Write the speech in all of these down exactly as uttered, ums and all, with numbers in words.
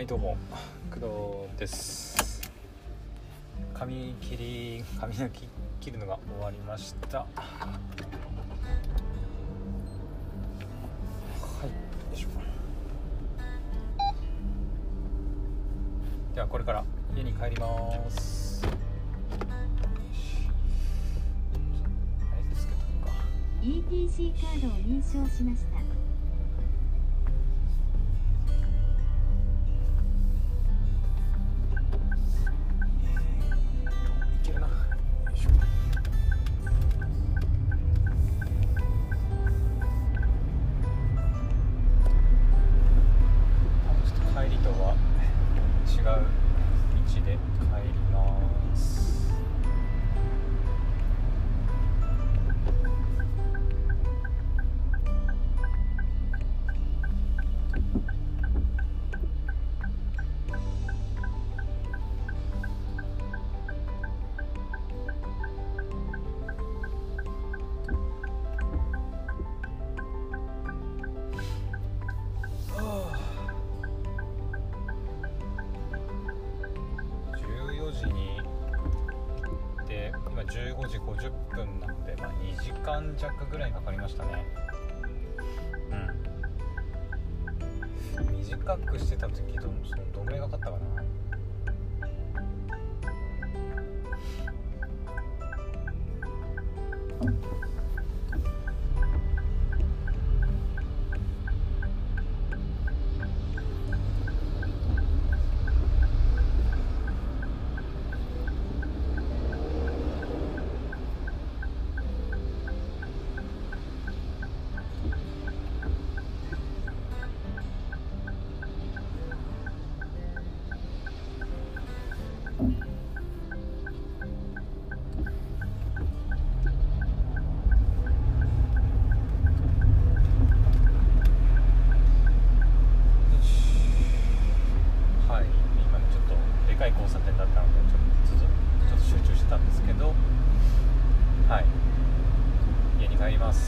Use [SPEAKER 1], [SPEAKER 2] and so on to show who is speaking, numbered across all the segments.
[SPEAKER 1] はいどうも工藤です。髪切り髪の毛切るのが終わりました。はいよいしょ。ではこれから家に帰ります。
[SPEAKER 2] イーティーシー カードを認証しました。
[SPEAKER 1] いけるな。よいしょ。ちょっと帰りとは違う道で帰ります。じゅうごじごじゅっぷんなので、まあ、にじかん弱ぐらいかかりましたね。うん短くしてた時どそのどんぐらいかかったかな。交差点だったのでちょっとちょっと集中してたんですけど、はい家に帰ります。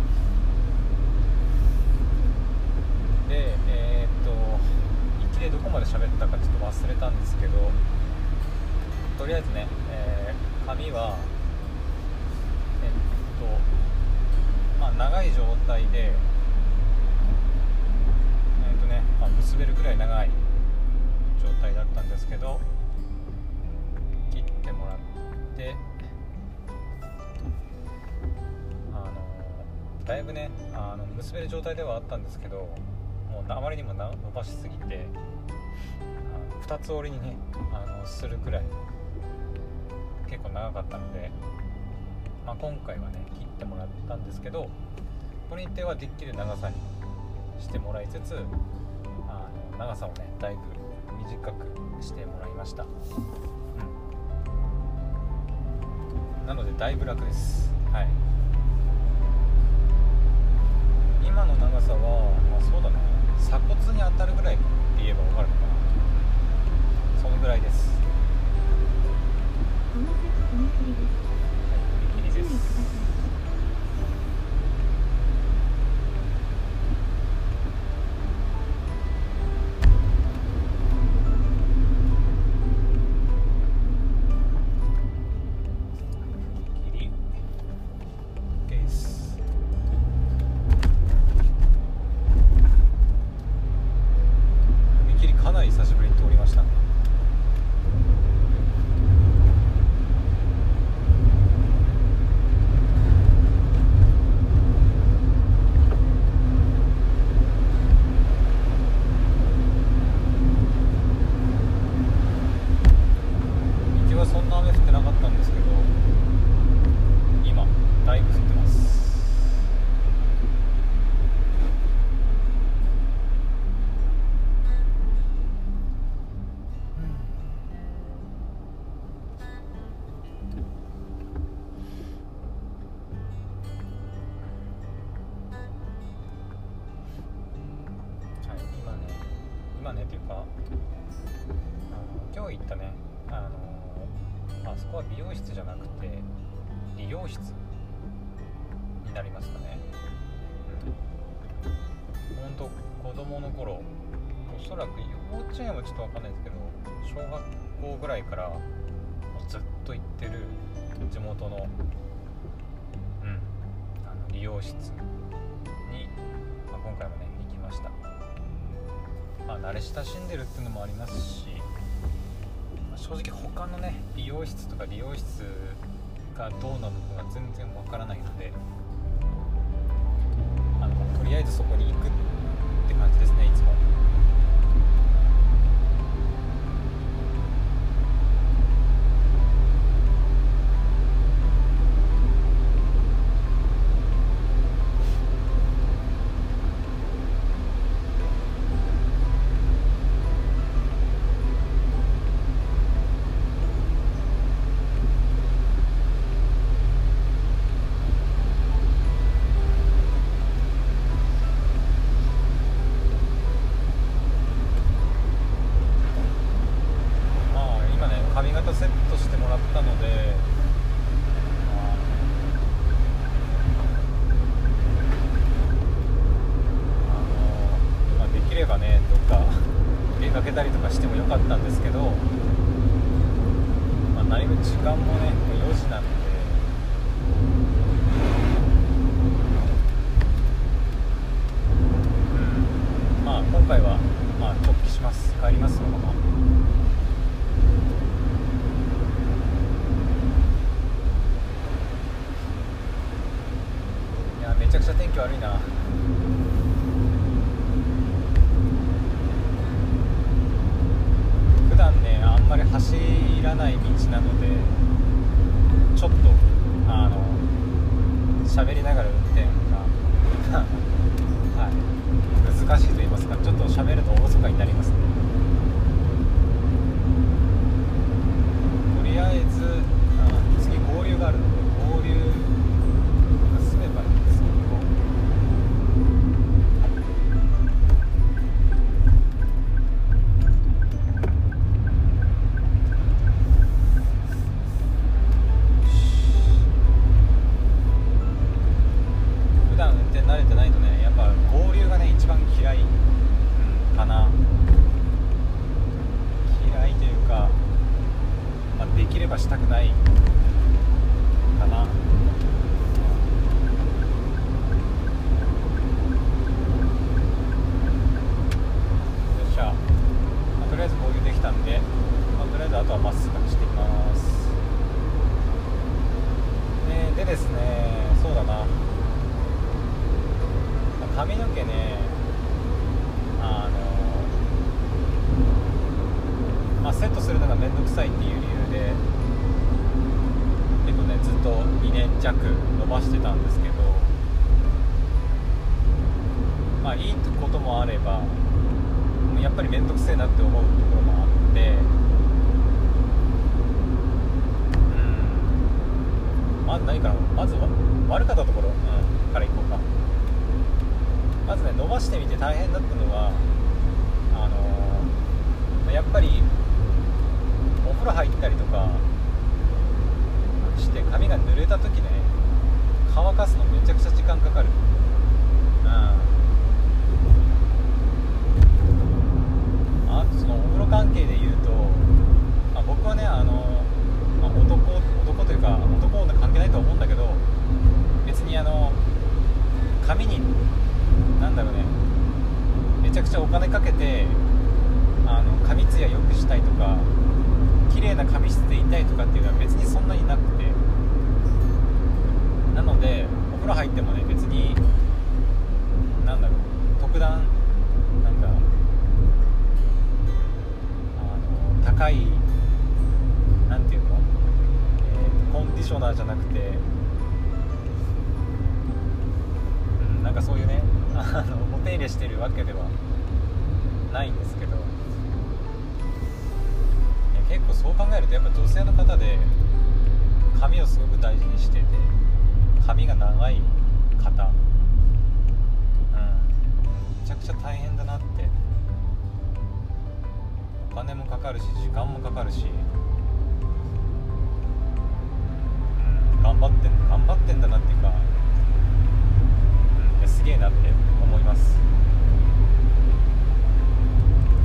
[SPEAKER 1] でえー、っと行きでどこまで喋ったかちょっと忘れたんですけど、とりあえずね、えー、髪はえっとまあ長い状態でえー、っとね、まあ、結べるぐらい長い状態だったんですけど、切ってもらってあのだいぶねあの結べる状態ではあったんですけど、もうあまりにも伸ばしすぎてあのふたつ折りにねあのするくらい結構長かったので、まあ、今回はね切ってもらったんですけど、ポニーテールはできる長さにしてもらいつつ、あの長さをねだいぶ短くしてもらいました。うん、なのでだいぶ楽です。はい。今の長さは、まあ、そうだね、鎖骨に当たるぐらいって言えば分かるのかな。そのぐらいです。
[SPEAKER 2] この先踏切です。
[SPEAKER 1] はい、踏切です。かなり久しぶりに通りました。道はそんな雨降ってなかったんですけど、今だいぶ降ってます。今ねというか、あの今日行ったね、あのあそこは美容室じゃなくて理容室になりますかね。ほんと子供の頃おそらく幼稚園はちょっと分かんないですけど、小学校ぐらいからずっと行ってる地元の、うん、あの理容室に、まあ、今回もね行きました。まあ、慣れ親しんでるっていうのもありますし、まあ、正直他のね美容室とか理容室がどうなのかが全然わからないので、あのとりあえずそこに行くって感じですね、いつも。髪型セットしてもらったので、あの、まあ、できればねどっか出かけたりとかしてもよかったんですけど、まあ、なるべく時間もねもうよじなので、うん、まあ今回はまあ直帰します。帰りますそのまま。めちゃくちゃ天気悪いな。普段ねあんまり走らない道なので、ちょっとあの喋りながら運転がはい、難しいと言いますか、ちょっと喋るとおろそかになりますね。とりあえずあ次合流があるので、合流が済めばいいんですけど、普段運転慣れてないとね、やっぱ合流がね一番嫌い、うん、かな。嫌いというか、まあ、できればしたくないかな。よっしゃ、まあ、とりあえず合流できたんで、まあ、とりあえずあとはまっすぐ走っていきます。で、でですね、そうだな、髪の毛ね、あのまあ、セットするのがめんどくさいっていう理由で、えっとねずっとにねん弱伸ばしてたんですけど、まあいいこともあればやっぱりめんどくせえなって思うところもあって、うん、まず何かな、まずは悪かったところ、うん、からいこうか。まずね、伸ばしてみて大変だったのは、あのー、やっぱりお風呂入ったりとかして髪が濡れた時ね、乾かすのめちゃくちゃ時間かかる。うん、あとそのお風呂関係で言うと、まあ、僕はね、あの、まあ、男男というか男女関係ないと思うんだけど、別にあの髪になんだろうね、めちゃくちゃお金かけてあの髪ツヤ良くしたいとか綺麗な髪質でいたいとかっていうのは別にそんなになくて、なのでお風呂入ってもね、別になんだろう、特段なんかあの高いなんていうの、えー、コンディショナーじゃなくて、うん、なんかそういうね、あのお手入れしてるわけではないんですけど、結構そう考えるとやっぱ女性の方で髪をすごく大事にしてて、髪が長い方、うん、めちゃくちゃ大変だなって。お金もかかるし時間もかかるし、うん、頑張ってん頑張ってんだなっていうか、うん、すげえなって思います。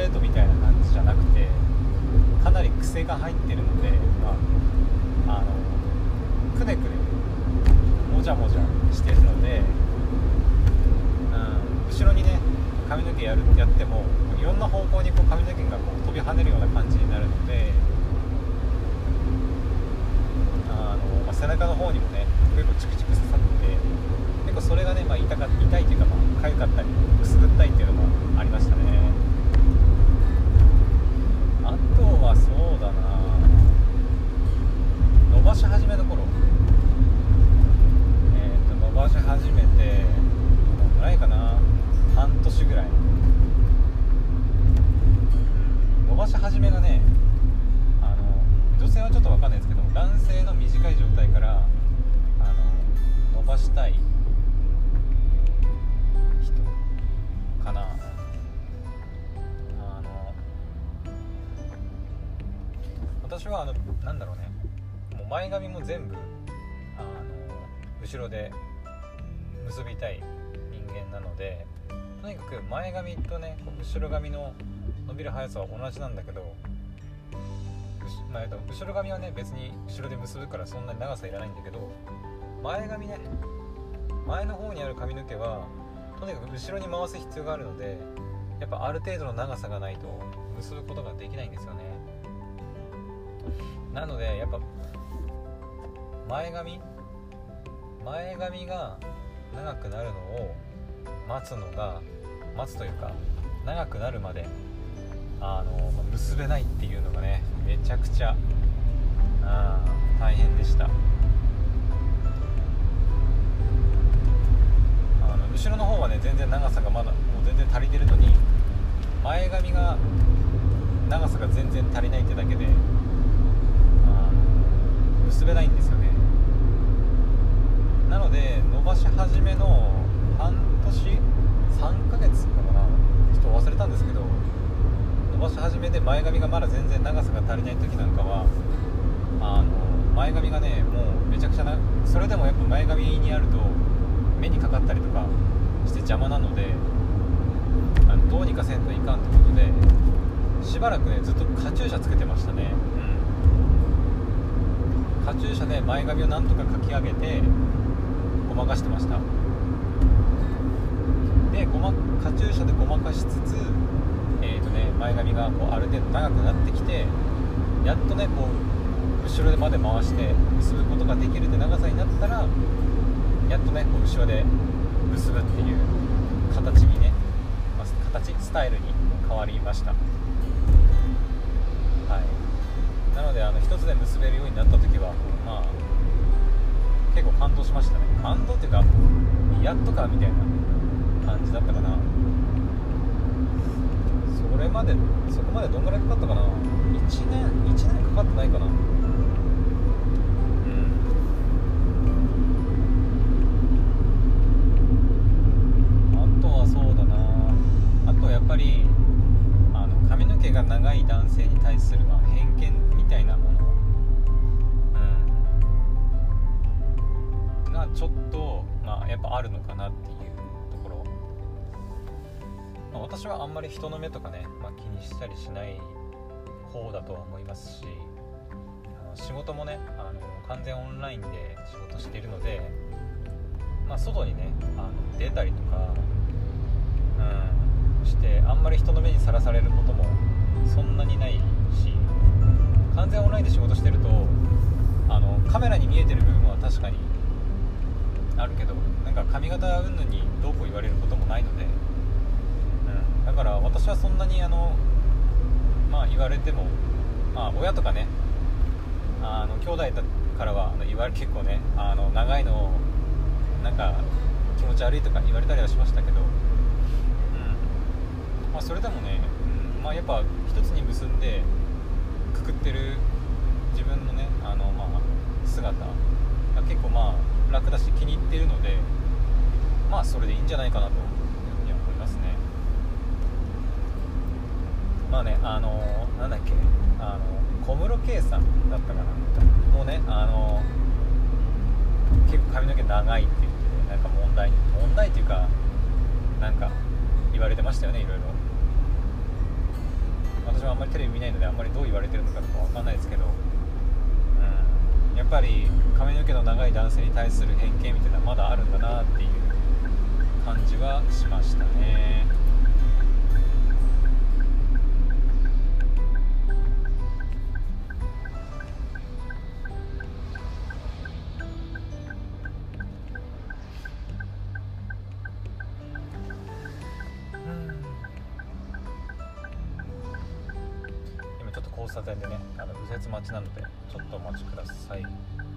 [SPEAKER 1] トみたいな感じじゃなくて、かなり癖が入ってるので、まあ、あのくねくねもじゃもじゃしてるので、うん、後ろにね髪の毛やるやってもいろんな方向にこう髪の毛がこう飛び跳ねるような感じになるので、あの、まあ、背中の方にもね結構チクチク刺さって結構それがね、まあ、痛か痛いというか、まあ、痒かったりくすぐったいっていうのもありましたね。あとはそうだな、伸ばし始めの頃、えー、と伸ばし始めてどのぐらいかな、半年ぐらい、伸ばし始めがね、あの女性はちょっと分かんないですけど、男性の短い状態からあの伸ばしたい人かな。あの私はあのなんだろうね、もう前髪も全部あの後ろで結びたい人間なので、とにかく前髪とね後ろ髪の伸びる速さは同じなんだけど、まあ、後ろ髪はね別に後ろで結ぶからそんなに長さいらないんだけど、前髪ね、前の方にある髪の毛はとにかく後ろに回す必要があるので、やっぱある程度の長さがないと結ぶことができないんですよね。なのでやっぱ前髪前髪が長くなるのを待つのが待つというか長くなるまであの結べないっていうのがね、めちゃくちゃあ大変でした。あの後ろの方はね全然長さがまだもう全然足りてるのに、前髪が長さが全然足りないってだけであの結べないんですよね。なので伸ばし始めの半年さんかげつかな、ちょっと忘れたんですけど、伸ばし始めで前髪がまだ全然長さが足りない時なんかはあの前髪がねもうめちゃくちゃな、それでもやっぱ前髪にあると目にかかったりとかして邪魔なので、あのどうにかせんといかんってことでしばらくねずっとカチューシャつけてましたね、うん、カチューシャで前髪をなんとかかき上げてごまかしてました。でごまカチューシャでごまかしつつ、えーとね、前髪がこうある程度長くなってきて、やっとねこう後ろまで回して結ぶことができるって長さになったら、やっとねこう後ろで結ぶっていう形にね、まあ、形スタイルに変わりました。はい。なのであの一つで結べるようになった時はまあ結構感動しましたね。感動っていうかやっとかみたいな感じだったかな。それまでそこまでどんぐらいかかったかな。いちねんいちねんかかってないかな。うん。あとはそうだな。あとはやっぱりあの髪の毛が長い男性に対するまあ偏見みたいなもの、うん、がちょっとまあやっぱあるのかなっていうところ。まあ、私はあんまり人の目とかね、まあ、気にしたりしない方だとは思いますし、あの仕事もねあの完全オンラインで仕事しているので、まあ、外にねあの出たりとか、うん、してあんまり人の目にさらされることもそんなにないし、完全オンラインで仕事してるとあのカメラに見えてる部分は確かにあるけど、なんか髪型云々にどうこう言われることもないので、うん、だから私はそんなにあのまあ言われても、まあ親とかねあの兄弟だからはあの言われ結構ねあの長いのをなんか気持ち悪いとか言われたりはしましたけど、うん、まあそれでもね、うん、まあやっぱ一つに結んでくくってる自分のねあのまあ姿が結構まあ楽だし気に入ってるので、まあそれでいいんじゃないかなというふうに思いますね。まあねあのなんだっけあの小室圭さんだったかな、もうねあの結構髪の毛長いって言って、ね、なんか問題問題っていうかなんか言われてましたよね、いろいろ。 私はあんまりテレビ見ないのであんまりどう言われてるのかとかわかんないですけど、うん、やっぱり髪の毛の長い男性に対する偏見みたいなのはまだあるんだなっていう感じはしましたね。今ちょっと交差点でね、あの右折待ちなのでちょっとお待ちください。さ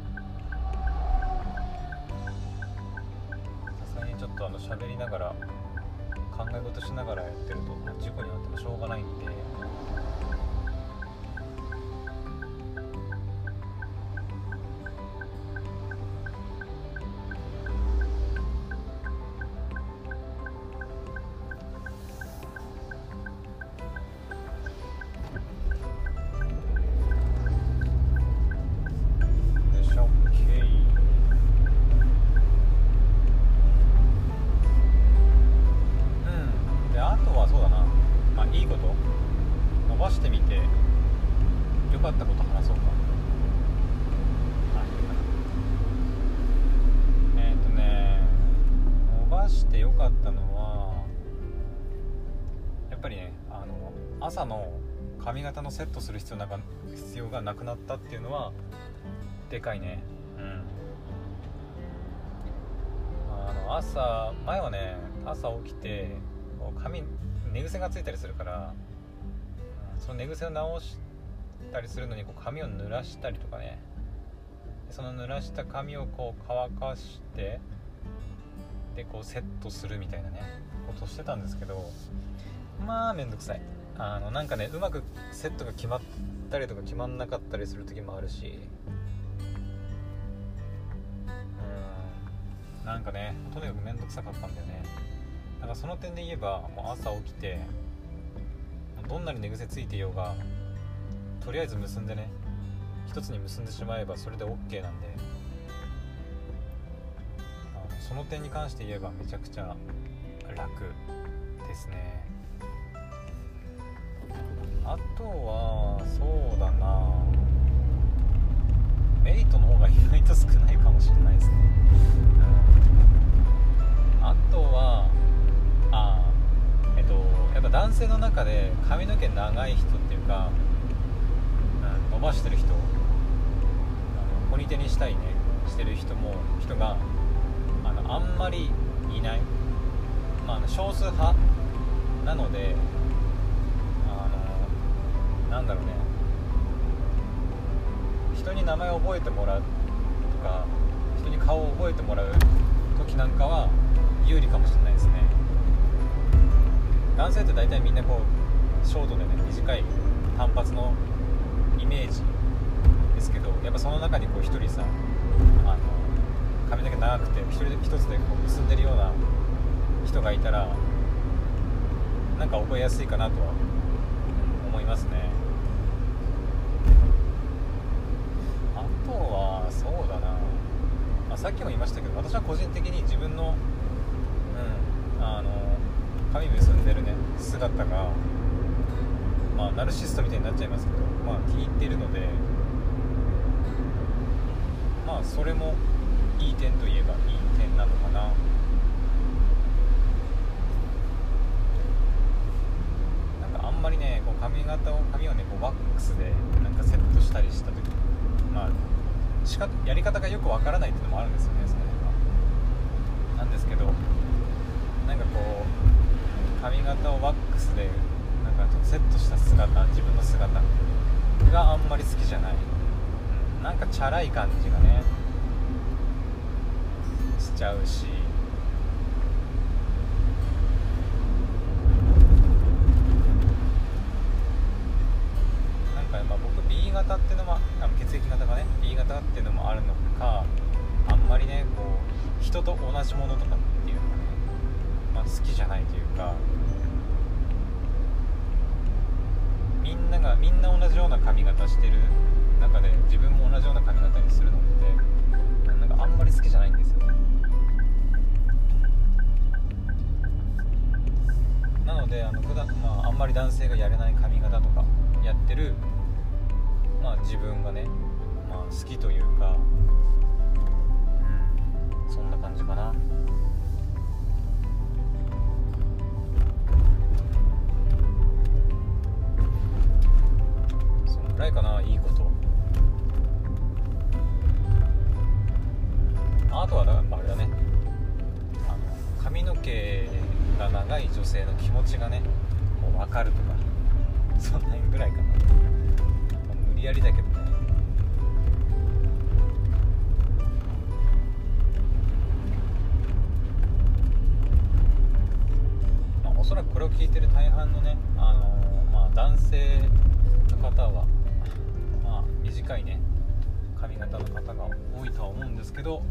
[SPEAKER 1] すがにちょっとあの喋りながら考え事しながらやってると事故になってもしょうがないんで、してみて良かったこと話そうか。えっとね伸ばして良かったのはやっぱりね、あの朝の髪型のセットする必要なか必要がなくなったっていうのはでかいね。うんあの朝前はね、朝起きて髪寝癖がついたりするから、その寝癖を直したりするのにこう髪を濡らしたりとかね、その濡らした髪をこう乾かしてでこうセットするみたいなねことをしてたんですけど、まあめんどくさい。あのなんかねうまくセットが決まったりとか決まんなかったりする時もあるし、うんなんかねとにかくめんどくさかったんだよね。だからその点で言えばもう朝起きてどんなに寝癖ついていようがとりあえず結んでね、一つに結んでしまえばそれで OK なんで、あのその点に関して言えばめちゃくちゃ楽ですね。あとはそうだな、メリットの方が意外と少ないかもしれないですね。うん、あとはあえっとやっぱ男性の中で髪の毛長い人っていうか、うん、伸ばしてる人、あのポニテにしたいねしてる人も人があのあんまりいない、まあ、あの少数派なので、あのなんだろうね、人に名前を覚えてもらうとか人に顔を覚えてもらう時なんかは有利かもしれないですね。男性って大体みんなこうショートでね短い単発のイメージですけど、やっぱその中にこう一人さ、あの髪の毛長くて一人で一つでこう結んでるような人がいたらなんか覚えやすいかなとは思いますね。あとはそうだな、まあ、さっきも言いましたけど私は個人的に自分の、うん、あの髪結んでるね姿がまあナルシストみたいになっちゃいますけど、まあ気に入っているので、まあそれもいい点といえばいい点なのかな。なんかあんまりねこう髪型を髪をねこうワックスでなんかセットしたりした時、まあしかやり方がよくわからないっていうのもあるんですよね。それはなんですけど、なんかこう髪型をワックスでなんかちょっとセットした姿、自分の姿があんまり好きじゃない、うん、なんかチャラい感じがねしちゃうし、なんかまあ僕 ビー 型っていうのもあの血液型がね ビー 型っていうのもあるのか、あんまりねこう人と同じものとかっていうのがね、まあ、好きじゃないというか、みんながみんな同じような髪型してる中で自分も同じような髪型にするのってなんかあんまり好きじゃないんですよ。なのであの普段、まあ、あんまり男性がやれない髪型とか長い女性の気持ちがねこう分かるとか、そんなぐらいかな。無理やりだけどね。まあ、おそらくこれを聞いてる大半のね、あのーまあ、男性の方は、まあ、短いね髪型の方が多いとは思うんですけど、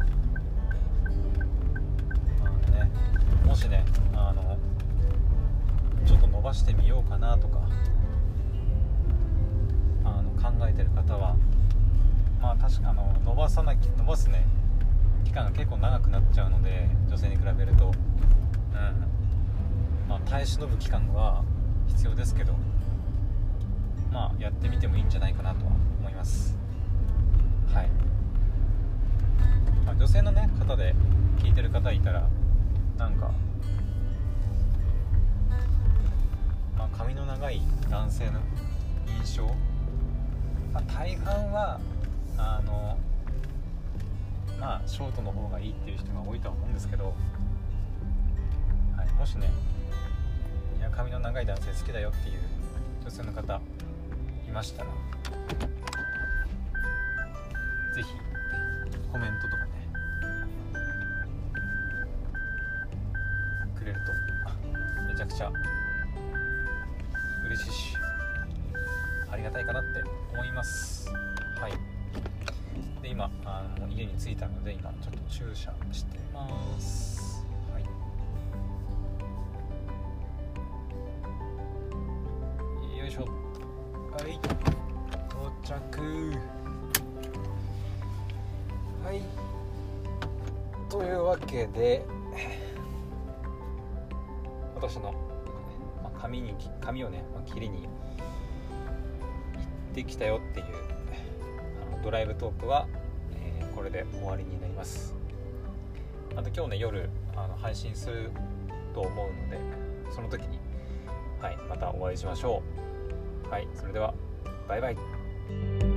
[SPEAKER 1] あのね、もしねあのちょっと伸ばしてみようかなとかあの考えてる方は、まあ確かあの伸ばさなきゃ伸ばすね期間が結構長くなっちゃうので、女性に比べると、うんまあ、耐え忍ぶ期間は必要ですけど、まあやってみてもいいんじゃないかなとは思います。はい、まあ、女性のね方で聞いてる方いたら、なんか、まあ、髪の長い男性の印象、まあ、大半はあのまあショートの方がいいっていう人が多いとは思うんですけど、はい、もしねいや髪の長い男性好きだよっていう女性の方いましたら、ぜひコメントとかねくれるとめちゃくちゃ嬉しいしありがたいかなって思います。はい。で今あの家に着いたので、今ちょっと駐車してます。はい。よいしょ。はい。到着。はい。というわけで。私の、まあ、髪に髪をね、まあ、切りに行ってきたよっていうあのドライブトークは、えー、これで終わりになります。また今日ね夜あの配信すると思うので、その時に、はい、またお会いしましょう。はい、それではバイバイ。